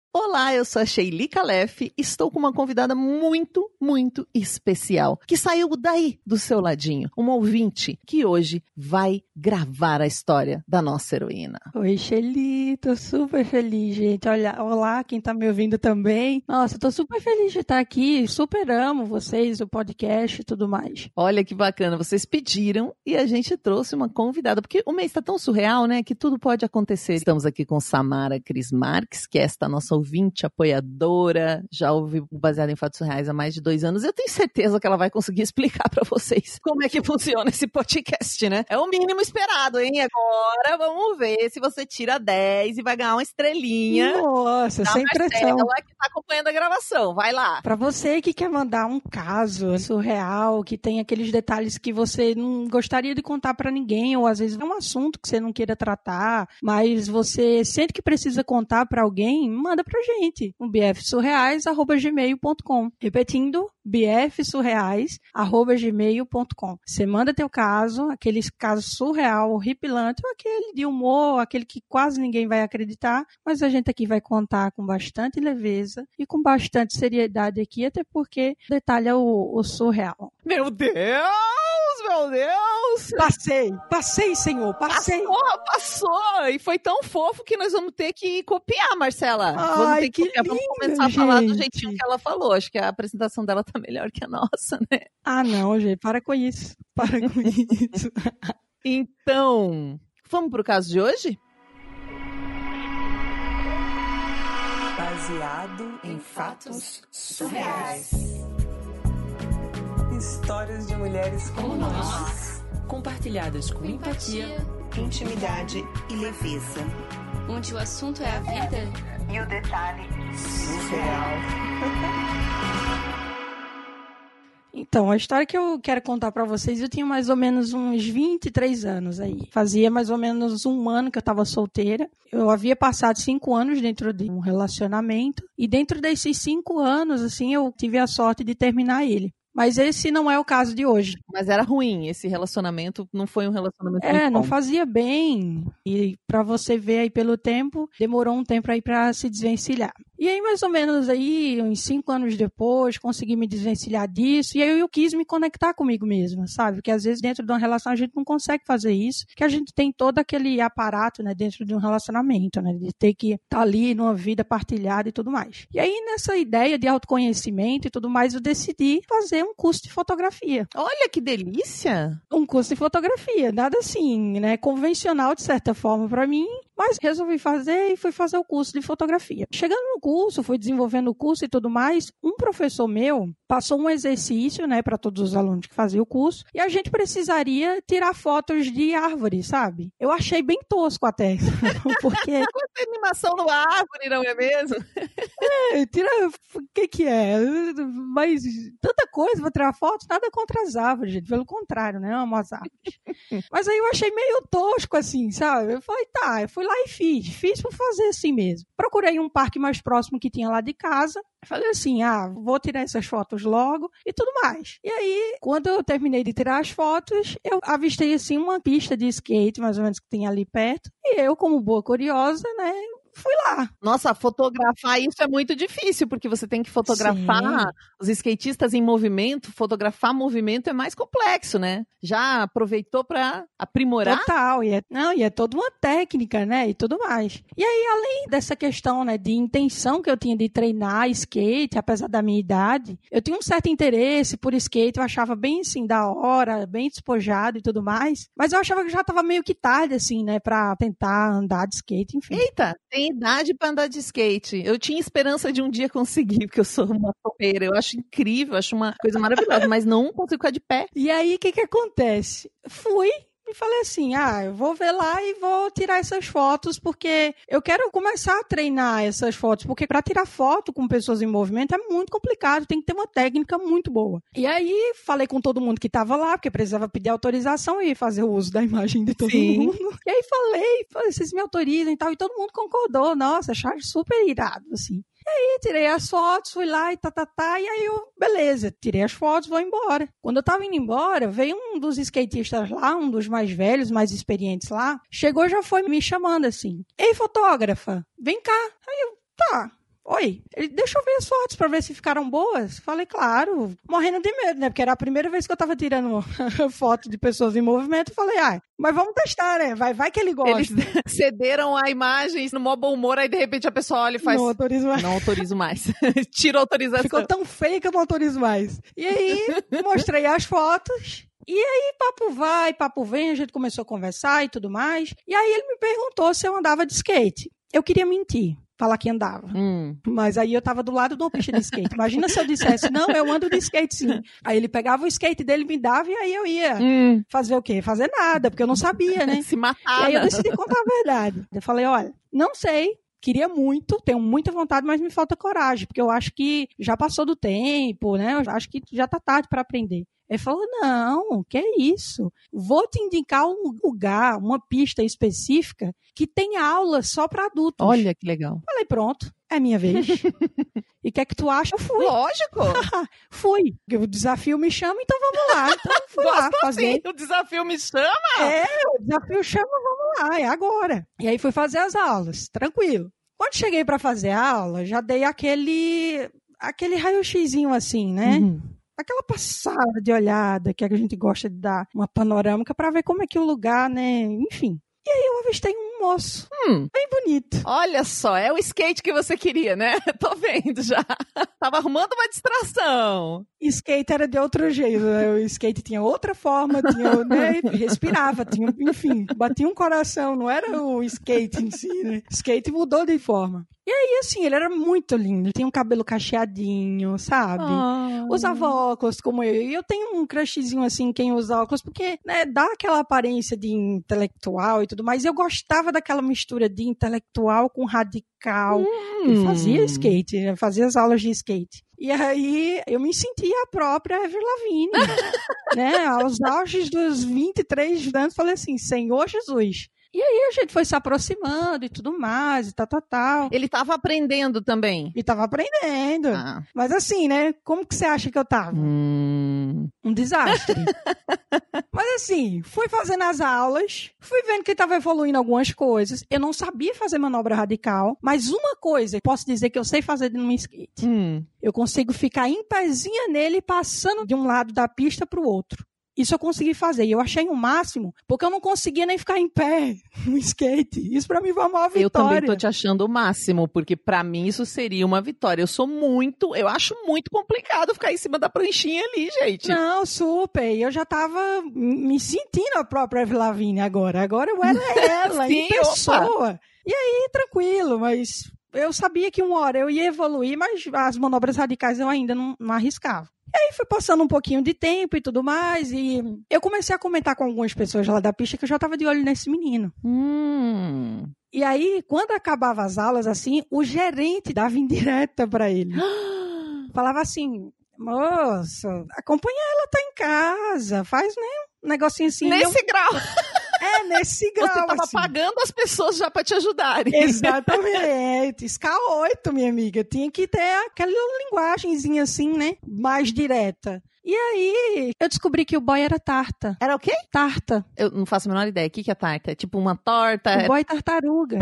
Olá, eu sou a Sheili Calef, estou com uma convidada muito, muito especial, que saiu daí do seu ladinho, uma ouvinte que hoje vai gravar a história da nossa heroína. Oi, Sheili, tô super feliz, gente. Olá, quem tá me ouvindo também. Nossa, tô super feliz de estar aqui, super amo vocês, o podcast e tudo mais. Olha que bacana, vocês pediram e a gente trouxe uma convidada, porque o mês tá tão surreal, né, que tudo pode acontecer. Estamos aqui com Samara Cris Marques, que é esta nossa ouvinte, apoiadora, já ouve o Baseado em Fatos Reais há mais de 2 anos. Eu tenho certeza que ela vai conseguir explicar pra vocês como é que funciona esse podcast, né? É o mínimo esperado, hein? Agora vamos ver se você tira 10 e vai ganhar uma estrelinha. Nossa, sem pressão. Ela que tá acompanhando a gravação, vai lá. Pra você que quer mandar um caso surreal, que tem aqueles detalhes que você não gostaria de contar pra ninguém, ou às vezes é um assunto que você não queira tratar, mas você sente que precisa contar pra alguém, manda pra gente, um bfsurreais@gmail.com. Repetindo, bfsurreais@gmail.com. Você manda teu caso, aquele caso surreal, horripilante, ou aquele de humor, aquele que quase ninguém vai acreditar, mas a gente aqui vai contar com bastante leveza e com bastante seriedade aqui, até porque detalha o surreal. Meu Deus! Meu Deus! Passei, senhor, passei. Passou! E foi tão fofo que nós vamos ter que copiar, Marcela. Vamos ter que copiar. Vamos começar a falar do jeitinho que ela falou. Acho que a apresentação dela tá melhor que a nossa, né? Ah, não, gente, para com isso. Para com isso. Então, vamos pro caso de hoje? Baseado em fatos surreais. Histórias de mulheres como nós, compartilhadas com empatia, intimidade e leveza. onde o assunto é a vida E o detalhe surreal. Então, a história que eu quero contar pra vocês, eu tinha mais ou menos uns 23 anos aí. Fazia mais ou menos 1 ano que eu tava solteira. Eu havia passado 5 anos dentro de um relacionamento. E dentro desses 5 anos, assim, eu tive a sorte de terminar ele. Mas esse não é o caso de hoje. Mas era ruim, esse relacionamento não foi um relacionamento muito Não bom. fazia bem. E pra você ver aí pelo tempo, demorou um tempo aí pra se desvencilhar. E aí, mais ou menos aí, uns 5 anos depois, consegui me desvencilhar disso. E aí eu quis me conectar comigo mesma, sabe? Porque às vezes dentro de uma relação a gente não consegue fazer isso. Que a gente tem todo aquele aparato, né, dentro de um relacionamento, né? De ter que estar ali numa vida partilhada e tudo mais. E aí, nessa ideia de autoconhecimento e tudo mais, eu decidi fazer um curso de fotografia. Olha que delícia! Um curso de fotografia, nada assim, né, convencional de certa forma para mim, mas resolvi fazer e fui fazer o curso de fotografia. Chegando no curso, fui desenvolvendo o curso e tudo mais, um professor meu passou um exercício, né, para todos os alunos que faziam o curso, e a gente precisaria tirar fotos de árvores, sabe? Eu achei bem tosco até, porque... Quanta animação no árvore, não é mesmo? O que é? Mas tanta coisa, vou tirar foto, nada contra as árvores, gente, pelo contrário, né, eu amo as árvores. Mas aí eu achei meio tosco, assim, sabe? Eu falei, tá, eu fui lá e fiz por fazer assim mesmo. Procurei um parque mais próximo que tinha lá de casa, falei assim, vou tirar essas fotos logo e tudo mais. E aí, quando eu terminei de tirar as fotos, eu avistei assim uma pista de skate, mais ou menos, que tem ali perto, e eu, como boa curiosa, né, fui lá. Nossa, fotografar isso é muito difícil, porque você tem que fotografar os skatistas em movimento, fotografar movimento é mais complexo, né? Já aproveitou para aprimorar? Total, e é toda uma técnica, né, e tudo mais. E aí, além dessa questão, né, de intenção que eu tinha de treinar skate, apesar da minha idade, eu tinha um certo interesse por skate, eu achava bem, assim, da hora, bem despojado e tudo mais, mas eu achava que já tava meio que tarde, assim, né, pra tentar andar de skate, enfim. Eita, tem idade para andar de skate. Eu tinha esperança de um dia conseguir, porque eu sou uma topeira. Eu acho incrível, acho uma coisa maravilhosa, mas não consigo ficar de pé. E aí, o que acontece? Fui e falei assim, eu vou ver lá e vou tirar essas fotos, porque eu quero começar a treinar essas fotos, porque para tirar foto com pessoas em movimento é muito complicado, tem que ter uma técnica muito boa. E aí, falei com todo mundo que estava lá, porque precisava pedir autorização e fazer o uso da imagem de todo mundo. E aí falei, vocês me autorizam e tal, e todo mundo concordou, nossa, acharam super irado, assim. E aí, tirei as fotos, fui lá e e aí beleza, tirei as fotos, vou embora. Quando eu tava indo embora, veio um dos skatistas lá, um dos mais velhos, mais experientes lá, chegou e já foi me chamando assim, ei, fotógrafa, vem cá. Aí eu, tá, Oi, ele, deixa eu ver as fotos pra ver se ficaram boas. Falei, claro, morrendo de medo, né? Porque era a primeira vez que eu tava tirando foto de pessoas em movimento. Falei, mas vamos testar, né? Vai que ele gosta. Eles cederam a imagens no mó bom humor, aí de repente a pessoa olha e faz... Não autorizo mais. Não autorizo mais. Tira a autorização. Ficou tão feio que eu não autorizo mais. E aí, mostrei as fotos... E aí, papo vai, papo vem, a gente começou a conversar e tudo mais. E aí ele me perguntou se eu andava de skate. Eu queria mentir, falar que andava. Mas aí eu tava do lado de uma pista de skate. Imagina se eu dissesse, não, eu ando de skate sim. Aí ele pegava o skate dele, me dava e aí eu ia fazer o quê? Fazer nada, porque eu não sabia, né? Se matar. E aí eu decidi contar a verdade. Eu falei, olha, não sei. Queria muito, tenho muita vontade, mas me falta coragem, porque eu acho que já passou do tempo, né? Eu acho que já tá tarde para aprender. Ele falou, não, que é isso? Vou te indicar um lugar, uma pista específica que tem aula só para adultos. Olha que legal. Falei, pronto, é minha vez. E o que é que tu acha? Eu fui. Lógico. Fui. O desafio me chama, então vamos lá. Então fui lá fazer. Assim, o desafio me chama? O desafio chama, vamos lá, é agora. E aí fui fazer as aulas, tranquilo. Quando cheguei para fazer a aula, já dei aquele raio-xizinho assim, né? Aquela passada de olhada que a gente gosta de dar uma panorâmica para ver como é que o lugar, né? Enfim. E aí eu avistei um moço, bem bonito. Olha só, é o skate que você queria, né? Tô vendo já. Tava arrumando uma distração. Skate era de outro jeito, né? O skate tinha outra forma, tinha, né? Respirava, tinha, enfim, batia um coração, não era o skate em si, né? O skate mudou de forma. E aí, assim, ele era muito lindo. Tinha um cabelo cacheadinho, sabe? Usava óculos como eu. E eu tenho um crushzinho, assim, em quem usa óculos, porque, né, dá aquela aparência de intelectual e tudo mais. Eu gostava daquela mistura de intelectual com radical. Eu fazia skate, eu fazia as aulas de skate. E aí, eu me sentia a própria Avril Lavigne, né? Aos auges dos 23 anos, falei assim, Senhor Jesus. E aí a gente foi se aproximando e tudo mais, e tal. Ele tava aprendendo também. E tava aprendendo. Mas assim, né? Como que você acha que eu tava? Um desastre. Mas assim, fui fazendo as aulas, fui vendo que tava evoluindo algumas coisas. Eu não sabia fazer manobra radical, mas uma coisa, posso dizer que eu sei fazer num skate. Eu consigo ficar em pezinha nele, passando de um lado da pista pro outro. Isso eu consegui fazer. E eu achei o máximo, porque eu não conseguia nem ficar em pé no skate. Isso pra mim foi uma vitória. Eu também tô te achando o máximo, porque pra mim isso seria uma vitória. Eu acho muito complicado ficar em cima da pranchinha ali, gente. Não, super. Eu já tava me sentindo a própria Avril Lavigne agora. Agora eu era ela, Sim, em pessoa. Opa. E aí, tranquilo, mas eu sabia que uma hora eu ia evoluir, mas as manobras radicais eu ainda não arriscava. E aí foi passando um pouquinho de tempo e tudo mais, e eu comecei a comentar com algumas pessoas lá da pista que eu já tava de olho nesse menino. E aí, quando acabava as aulas, assim, o gerente dava indireta pra ele. Falava assim, moça, acompanha ela, tá em casa, faz, né, um negocinho assim. Nesse grau. Nesse grau, Você tava assim. pagando as pessoas já pra te ajudarem. Exatamente. K8, minha amiga. Tinha que ter aquela linguagenzinha assim, né? Mais direta. E aí, eu descobri que o boy era tarta. Era o quê? Tarta. Eu não faço a menor ideia. O que é tarta? É tipo uma torta? O boy tartaruga.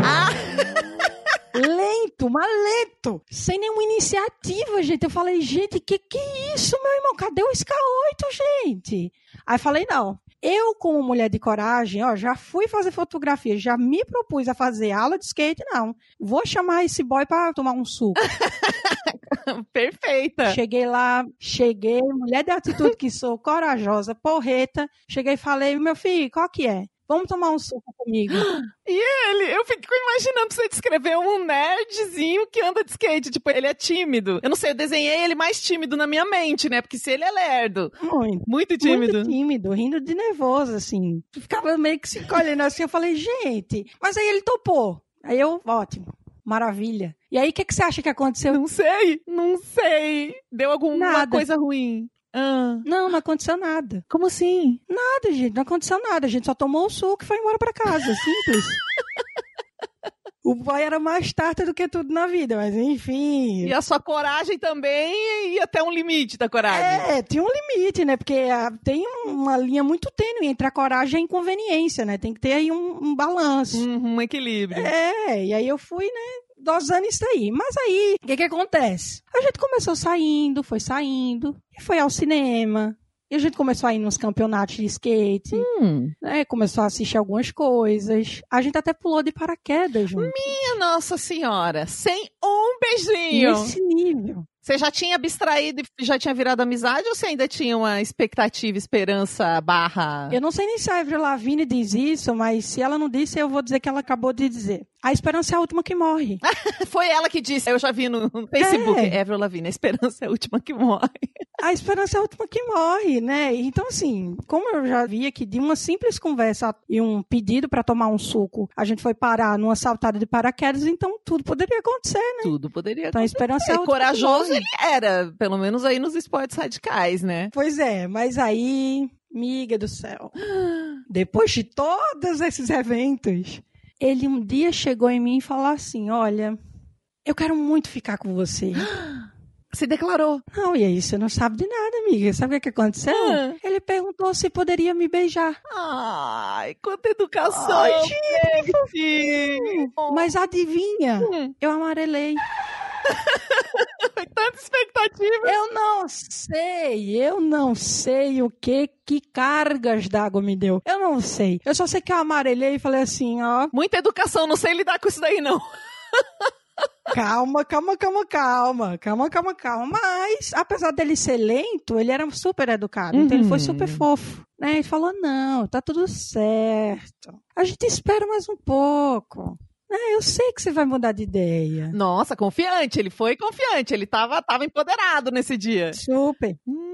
Lento, mas lento. Sem nenhuma iniciativa, gente. Eu falei, gente, que é isso, meu irmão? Cadê o SK8, gente? Aí falei, não. Eu, como mulher de coragem, já fui fazer fotografia, já me propus a fazer aula de skate, não. Vou chamar esse boy pra tomar um suco. Perfeita. Cheguei, mulher de atitude que sou, corajosa, porreta. Cheguei e falei, meu filho, qual que é? Vamos tomar um suco comigo. E eu fico imaginando você descrever um nerdzinho que anda de skate. Tipo, ele é tímido. Eu não sei, eu desenhei ele mais tímido na minha mente, né? Porque se ele é lerdo. Muito tímido. Muito tímido, rindo de nervoso, assim. Ficava meio que se encolhendo assim. Eu falei, gente. Mas aí ele topou. Aí eu, ótimo. Maravilha. E aí, o que você acha que aconteceu? Não sei. Deu alguma coisa ruim. Não aconteceu nada. Como assim? Nada, gente, não aconteceu nada. A gente só tomou o suco e foi embora pra casa, simples. O boy era mais tarta do que tudo na vida, mas enfim. E a sua coragem também ia até um limite da coragem. Tinha um limite, né? Porque tem uma linha muito tênue entre a coragem e a inconveniência, né? Tem que ter aí um balanço. Um equilíbrio. E aí eu fui, né? dosando isso aí. Mas aí, o que acontece? A gente começou saindo, e foi ao cinema. E a gente começou a ir nos campeonatos de skate, né? Começou a assistir algumas coisas. A gente até pulou de paraquedas junto. Minha Nossa Senhora, sem um beijinho. Nesse nível. Você já tinha abstraído e já tinha virado amizade ou você ainda tinha uma expectativa, esperança, barra... Eu não sei nem se a Avril Lavigne diz isso, mas se ela não disse, eu vou dizer que ela acabou de dizer. A esperança é a última que morre. Foi ela que disse, eu já vi no Facebook, Avril Lavigne, a esperança é a última que morre. A esperança é a última que morre, né? Então, assim, como eu já vi aqui, de uma simples conversa e um pedido para tomar um suco, a gente foi parar numa saltada de paraquedas, então tudo poderia acontecer, né? Tudo poderia Então, acontecer. a esperança é a última Corajoso que morre. ele era, pelo menos aí nos esportes radicais, né? Pois é, mas aí, miga do céu, depois de todos esses eventos, ele um dia chegou em mim e falou assim, olha, eu quero muito ficar com você. Se declarou. Não, e aí você não sabe de nada, amiga. Sabe o que aconteceu? Ele perguntou se poderia me beijar. Ai, quanta educação. Ai, gente. Mas adivinha? Eu amarelei. Foi tanta expectativa. Eu não sei o que cargas d'água me deu. Eu não sei. Eu só sei que eu amarelei e falei assim, ó. Muita educação, não sei lidar com isso daí, não. Calma. Mas, apesar dele ser lento, ele era super educado. Então, ele foi super fofo. Né? Ele falou, não, tá tudo certo. A gente espera mais um pouco. Eu sei que você vai mudar de ideia. Nossa, confiante. Ele foi confiante. Ele tava empoderado nesse dia. Super.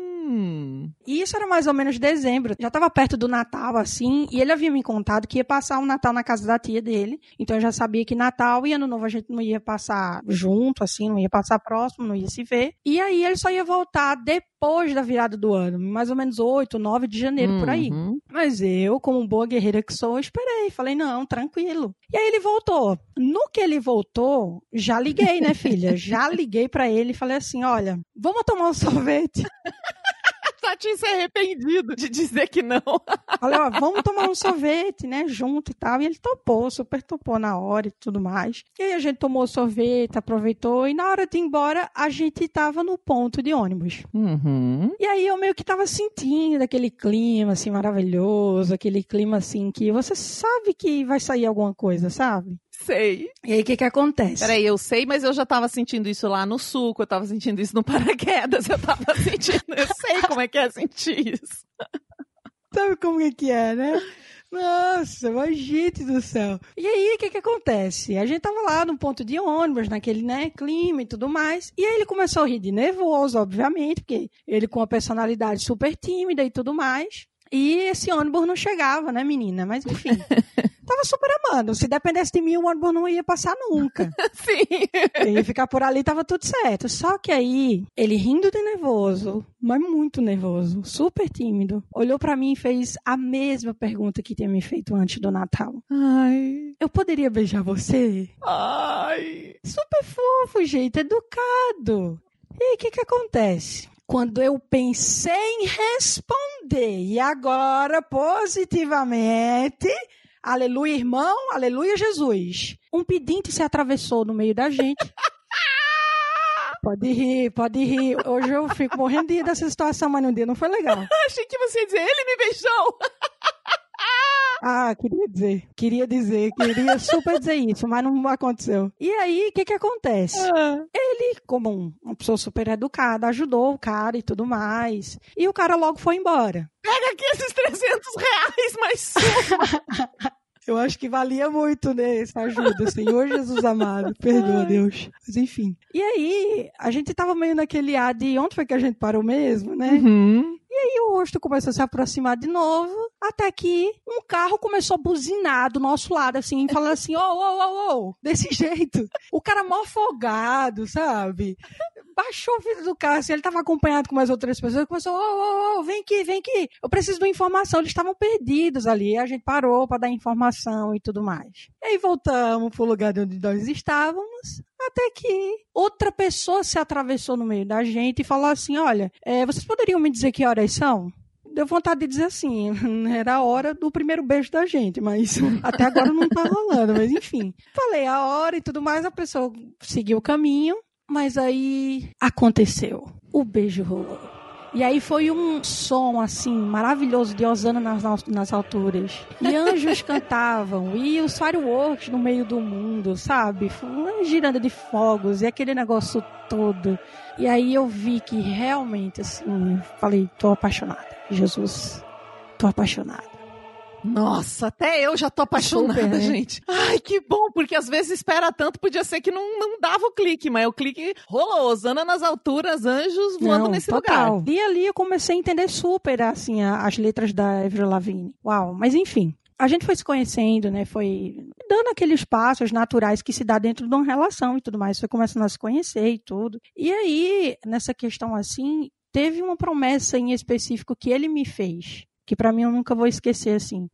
E isso era mais ou menos dezembro. Já estava perto do Natal, assim, e ele havia me contado que ia passar um Natal na casa da tia dele. Então eu já sabia que Natal e Ano Novo a gente não ia passar junto, assim, não ia passar próximo, não ia se ver. E aí ele só ia voltar depois da virada do ano, mais ou menos 8, 9 de janeiro, por aí. Mas eu, como boa guerreira que sou, esperei. Falei, não, tranquilo. E aí ele voltou. No que ele voltou, já liguei, né, filha? Já liguei pra ele e falei assim, olha, vamos tomar um sorvete? Já tinha se arrependido de dizer que não. Falei, ó, vamos tomar um sorvete, né, junto e tal. E ele topou, super topou na hora e tudo mais. E aí a gente tomou sorvete, aproveitou. E na hora de ir embora, a gente tava no ponto de ônibus. E aí eu meio que tava sentindo aquele clima, assim, maravilhoso. Aquele clima, assim, que você sabe que vai sair alguma coisa, sabe? Sei. E aí, o que acontece? Peraí, eu sei, mas eu já tava sentindo isso lá no suco, eu tava sentindo isso no paraquedas, eu sei como é que é sentir isso. Sabe como é que é, né? Nossa, mas gente do céu. E aí, o que acontece? A gente tava lá no ponto de ônibus, naquele, né, clima e tudo mais, e aí ele começou a rir de nervoso, obviamente, porque ele com uma personalidade super tímida e tudo mais, e esse ônibus não chegava, né, menina? Mas enfim... Tava super amando. Se dependesse de mim, o ônibus não ia passar nunca. Sim. Eu ia ficar por ali, tava tudo certo. Só que aí, ele rindo de nervoso, mas muito nervoso, super tímido, olhou pra mim e fez a mesma pergunta que tinha me feito antes do Natal. Ai. Eu poderia beijar você? Ai. Super fofo, gente, educado. E aí, o que acontece? Quando eu pensei em responder, e agora, positivamente... Aleluia, irmão. Aleluia, Jesus. Um pedinte se atravessou no meio da gente. Pode rir. Hoje eu fico morrendo de rir dessa situação, mas no dia não foi legal. Achei que você ia dizer, ele me beijou. Ah, queria super dizer isso, mas não aconteceu. E aí, o que acontece? Ele, como uma pessoa super educada, ajudou o cara e tudo mais. E o cara logo foi embora. Pega aqui esses R$300, mais suma. Eu acho que valia muito, né, essa ajuda. Senhor Jesus amado, perdoa, Deus. Mas enfim. E aí, a gente tava meio naquele ar de onde foi que a gente parou mesmo, né? E aí o rosto começou a se aproximar de novo, até que um carro começou a buzinar do nosso lado, assim, falando assim, ô, desse jeito. O cara mó afogado, sabe? Baixou o vidro do carro, assim, ele tava acompanhado com mais outras pessoas, começou, ô, vem aqui, eu preciso de uma informação, eles estavam perdidos ali, a gente parou pra dar informação e tudo mais. E aí voltamos pro lugar onde nós estávamos, até que outra pessoa se atravessou no meio da gente e falou assim, olha, vocês poderiam me dizer que horas são? deu vontade de dizer assim, era a hora do primeiro beijo da gente, mas até agora não tá rolando, mas enfim. Falei a hora e tudo mais, a pessoa seguiu o caminho, mas aí aconteceu. O beijo rolou. E aí foi um som, assim, maravilhoso de Osana nas alturas. E anjos cantavam, e os fireworks no meio do mundo, sabe? Foi uma giranda de fogos, e aquele negócio todo. E aí eu vi que realmente, assim, falei, tô apaixonada. Jesus, tô apaixonada. Nossa, até eu já tô apaixonada, Super, né? gente. Ai, que bom, porque às vezes espera tanto, podia ser que não dava o clique, mas o clique rolou. Osana nas alturas, anjos voando nesse total. lugar. E ali eu comecei a entender super, assim, as letras da Avril Lavigne. Uau, mas enfim. A gente foi se conhecendo, né? Foi dando aqueles passos naturais que se dá dentro de uma relação e tudo mais. Foi começando a se conhecer e tudo. E aí, nessa questão assim, teve uma promessa em específico que ele me fez, que pra mim eu nunca vou esquecer, assim.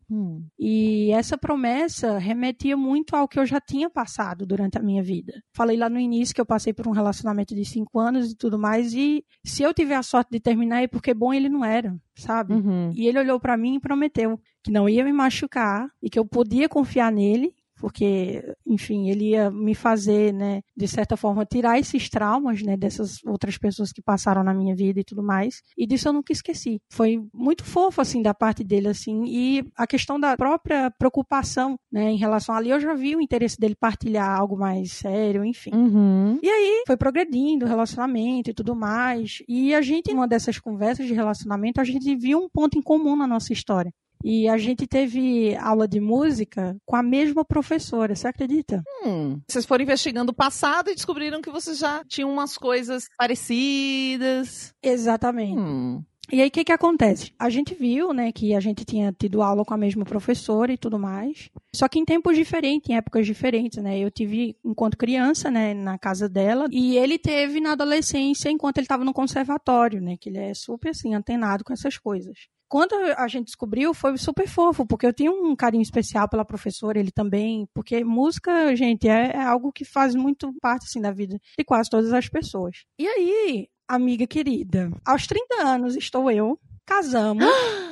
E essa promessa remetia muito ao que eu já tinha passado durante a minha vida. Falei lá no início que eu passei por um relacionamento de 5 anos e tudo mais, e se eu tiver a sorte de terminar é porque bom ele não era, sabe? E ele olhou pra mim e prometeu que não ia me machucar e que eu podia confiar nele, porque, enfim, ele ia me fazer, né, de certa forma, tirar esses traumas, né, dessas outras pessoas que passaram na minha vida e tudo mais, e disso eu nunca esqueci. Foi muito fofo, assim, da parte dele, assim, e a questão da própria preocupação, né, em relação ali, eu já vi o interesse dele partilhar algo mais sério, enfim. E aí, foi progredindo o relacionamento e tudo mais, e a gente, numa dessas conversas de relacionamento, a gente viu um ponto em comum na nossa história. E a gente teve aula de música com a mesma professora, você acredita? Vocês foram investigando o passado e descobriram que vocês já tinham umas coisas parecidas. Exatamente. E aí, o que acontece? A gente viu, né, que a gente tinha tido aula com a mesma professora e tudo mais, só que em tempos diferentes, em épocas diferentes, né? Eu tive enquanto criança, né, na casa dela, e ele teve na adolescência enquanto ele estava no conservatório, né, que ele é super, assim, antenado com essas coisas. Quando a gente descobriu, foi super fofo, porque eu tinha um carinho especial pela professora, ele também, porque música, gente, é algo que faz muito parte, assim, da vida de quase todas as pessoas. E aí, amiga querida, aos 30 anos estou eu, casamos,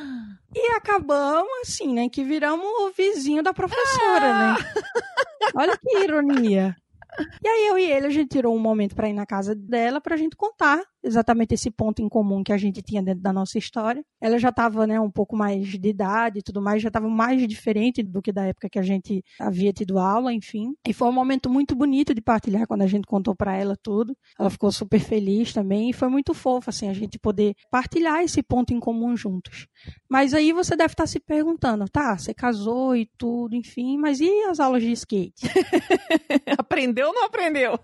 e acabamos, assim, né, que viramos o vizinho da professora, né? Olha que ironia. E aí eu e ele, a gente tirou um momento para ir na casa dela pra gente contar exatamente esse ponto em comum que a gente tinha dentro da nossa história. Ela já estava, né, um pouco mais de idade e tudo mais, já estava mais diferente do que da época que a gente havia tido aula, enfim. E foi um momento muito bonito de partilhar quando a gente contou para ela tudo. Ela ficou super feliz também e foi muito fofo, assim, a gente poder partilhar esse ponto em comum juntos. Mas aí você deve estar se perguntando, tá, você casou e tudo, enfim, mas e as aulas de skate? Aprendeu ou não aprendeu?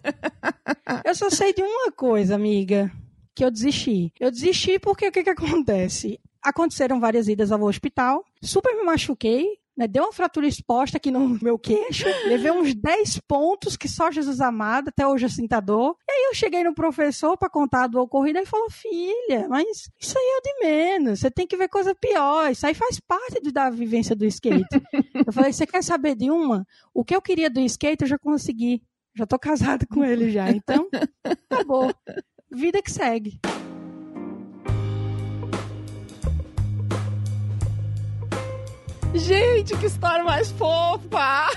Eu só sei de uma coisa, amiga, que eu desisti. Eu desisti porque o que acontece? Aconteceram várias idas ao hospital, super me machuquei, né? Deu uma fratura exposta aqui no meu queixo, levei uns 10 pontos que só Jesus amado, até hoje assim tá dor. E aí eu cheguei no professor pra contar do ocorrido e ele falou, filha, mas isso aí é o de menos, você tem que ver coisa pior, isso aí faz parte da vivência do skate. Eu falei, você quer saber de uma? O que eu queria do skate eu já consegui, já tô casada com ele já, então acabou. Vida que segue. Gente, que história mais fofa!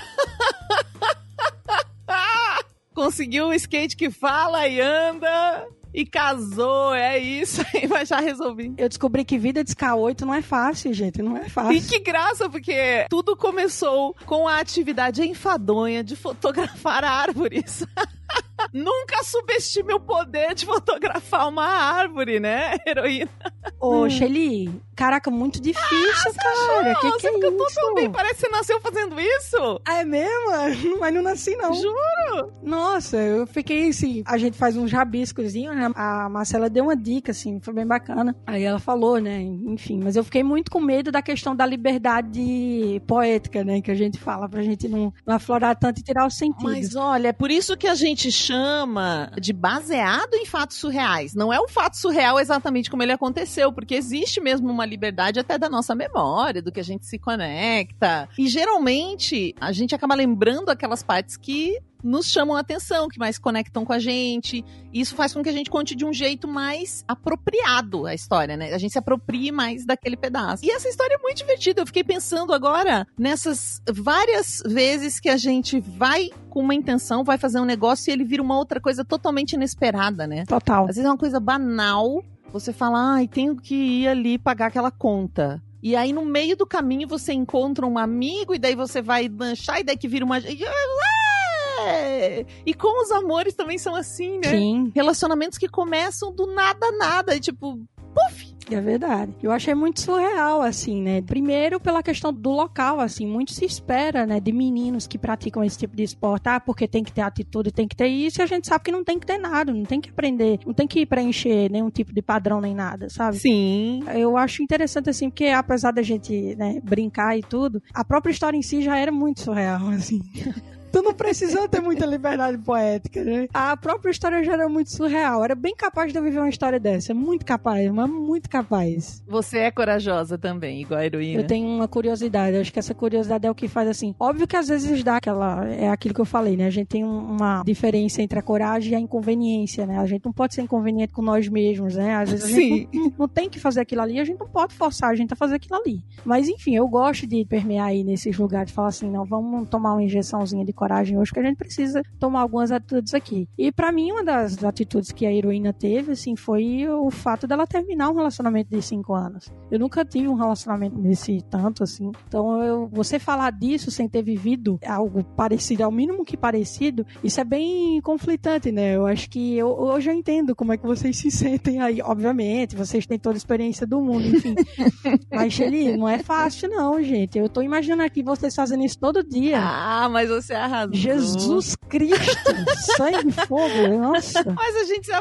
Conseguiu um skate que fala e anda e casou, é isso aí, mas já resolvi. Eu descobri que vida de SK8 não é fácil, gente, não é fácil. E que graça, porque tudo começou com a atividade enfadonha de fotografar árvores. Nunca subestime o poder de fotografar uma árvore, né, heroína? Ô, Shelly, caraca, muito difícil, cara. Achou? Que você é ficou isso? tão bem, parece que você nasceu fazendo isso. Ah, é mesmo? Mas não nasci, não. Juro? Nossa, eu fiquei assim, a gente faz uns rabiscozinhos, né? A Marcela deu uma dica, assim, foi bem bacana. Aí ela falou, né, enfim, mas eu fiquei muito com medo da questão da liberdade poética, né, que a gente fala, pra gente não aflorar tanto e tirar o sentido. Mas olha, é por isso que a gente chama de baseado em fatos surreais. Não é o fato surreal exatamente como ele aconteceu, porque existe mesmo uma liberdade até da nossa memória, do que a gente se conecta. E geralmente a gente acaba lembrando aquelas partes que nos chamam a atenção, que mais conectam com a gente. Isso faz com que a gente conte de um jeito mais apropriado a história, né? A gente se aproprie mais daquele pedaço. E essa história é muito divertida. Eu fiquei pensando agora nessas várias vezes que a gente vai com uma intenção, vai fazer um negócio e ele vira uma outra coisa totalmente inesperada, né? Total. Às vezes é uma coisa banal, você fala, ai, tenho que ir ali pagar aquela conta. E aí, no meio do caminho, você encontra um amigo, e daí você vai lanchar, e daí que vira uma... E como os amores também são assim, né? Sim. Relacionamentos que começam do nada, e tipo, puf! É verdade. Eu achei muito surreal, assim, né? Primeiro, pela questão do local, assim, muito se espera, né, de meninos que praticam esse tipo de esporte, porque tem que ter atitude, tem que ter isso, e a gente sabe que não tem que ter nada, não tem que aprender, não tem que preencher nenhum tipo de padrão nem nada, sabe? Sim. Eu acho interessante, assim, porque apesar da gente, né, brincar e tudo, a própria história em si já era muito surreal, assim. Tu não precisou ter muita liberdade poética, né? A própria história já era muito surreal. Era bem capaz de eu viver uma história dessa. Muito capaz, mas muito capaz. Você é corajosa também, igual a heroína. Eu tenho uma curiosidade. Acho que essa curiosidade é o que faz assim. Óbvio que às vezes dá aquela... É aquilo que eu falei, né? A gente tem uma diferença entre a coragem e a inconveniência, né? A gente não pode ser inconveniente com nós mesmos, né? Às vezes a gente não tem que fazer aquilo ali. A gente não pode forçar a gente a fazer aquilo ali. Mas enfim, eu gosto de permear aí nesses lugares. Falar assim, não, vamos tomar uma injeçãozinha de coragem hoje, que a gente precisa tomar algumas atitudes aqui. E pra mim, uma das atitudes que a heroína teve, assim, foi o fato dela terminar um relacionamento de 5 anos. Eu nunca tive um relacionamento desse tanto, assim. Então, você falar disso sem ter vivido algo parecido, ao mínimo que parecido, isso é bem conflitante, né? Eu acho que hoje eu entendo como é que vocês se sentem aí. Obviamente, vocês têm toda a experiência do mundo, enfim. Mas, Shelly, não é fácil, não, gente. Eu tô imaginando aqui vocês fazendo isso todo dia. Ah, mas você arrasou. Jesus Cristo, sangue e fogo, nossa. Mas a gente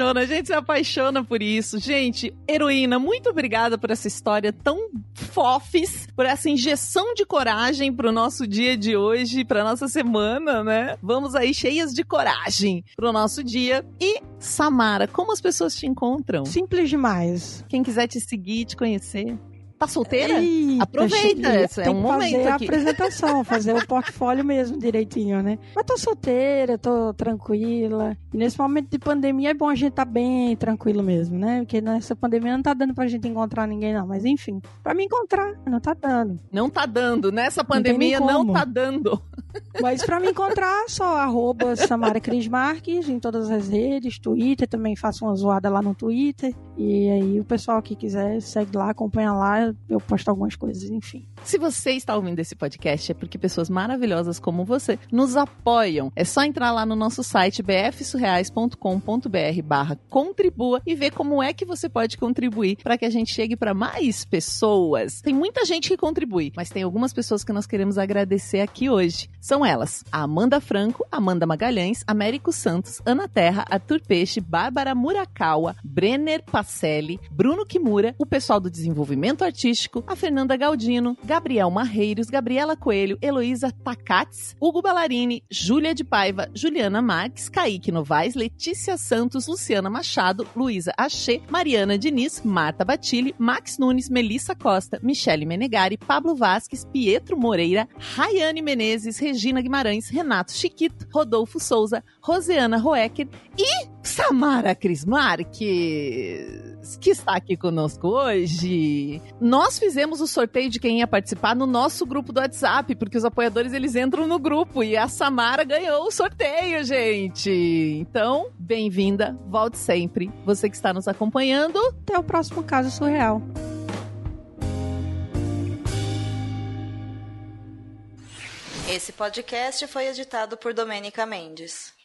se apaixona por isso. Gente, heroína, muito obrigada por essa história tão fofes, por essa injeção de coragem pro nosso dia de hoje, pra nossa semana, né? Vamos aí cheias de coragem pro nosso dia. E, Samara, como as pessoas te encontram? Simples demais. Quem quiser te seguir, te conhecer... Tá solteira? Eita, aproveita, esse é um momento fazer aqui. A apresentação, fazer o portfólio mesmo direitinho, né? Mas tô solteira, tô tranquila. E nesse momento de pandemia é bom a gente tá bem tranquilo mesmo, né? Porque nessa pandemia não tá dando pra gente encontrar ninguém, não. Mas enfim, pra me encontrar, não tá dando. Não tá dando. Nessa pandemia não tá dando. Mas pra me encontrar, só @Samara Cris Marques em todas as redes, Twitter, também faço uma zoada lá no Twitter. E aí o pessoal que quiser, segue lá, acompanha lá, eu posto algumas coisas, enfim. Se você está ouvindo esse podcast, é porque pessoas maravilhosas como você nos apoiam. É só entrar lá no nosso site bfsurreais.com.br/contribua e ver como é que você pode contribuir para que a gente chegue para mais pessoas. Tem muita gente que contribui, mas tem algumas pessoas que nós queremos agradecer aqui hoje. São elas: a Amanda Franco, Amanda Magalhães, Américo Santos, Ana Terra, Arthur Peixe, Bárbara Murakawa, Brenner Pacelli, Bruno Kimura, o pessoal do desenvolvimento artístico, a Fernanda Galdino, Gabriel Marreiros, Gabriela Coelho, Heloísa Takats, Hugo Ballarini, Júlia de Paiva, Juliana Marques, Kaique Novaes, Letícia Santos, Luciana Machado, Luísa Achê, Mariana Diniz, Marta Batilli, Max Nunes, Melissa Costa, Michele Menegari, Pablo Vasques, Pietro Moreira, Rayane Menezes, Regina Guimarães, Renato Chiquito, Rodolfo Souza, Roseana Roecker e Samara Cris Marques, que está aqui conosco hoje. Nós fizemos o sorteio de quem ia participar no nosso grupo do WhatsApp, porque os apoiadores eles entram no grupo e a Samara ganhou o sorteio, gente. Então, bem-vinda, volte sempre. Você que está nos acompanhando. Até o próximo Caso Surreal. Esse podcast foi editado por Domênica Mendes.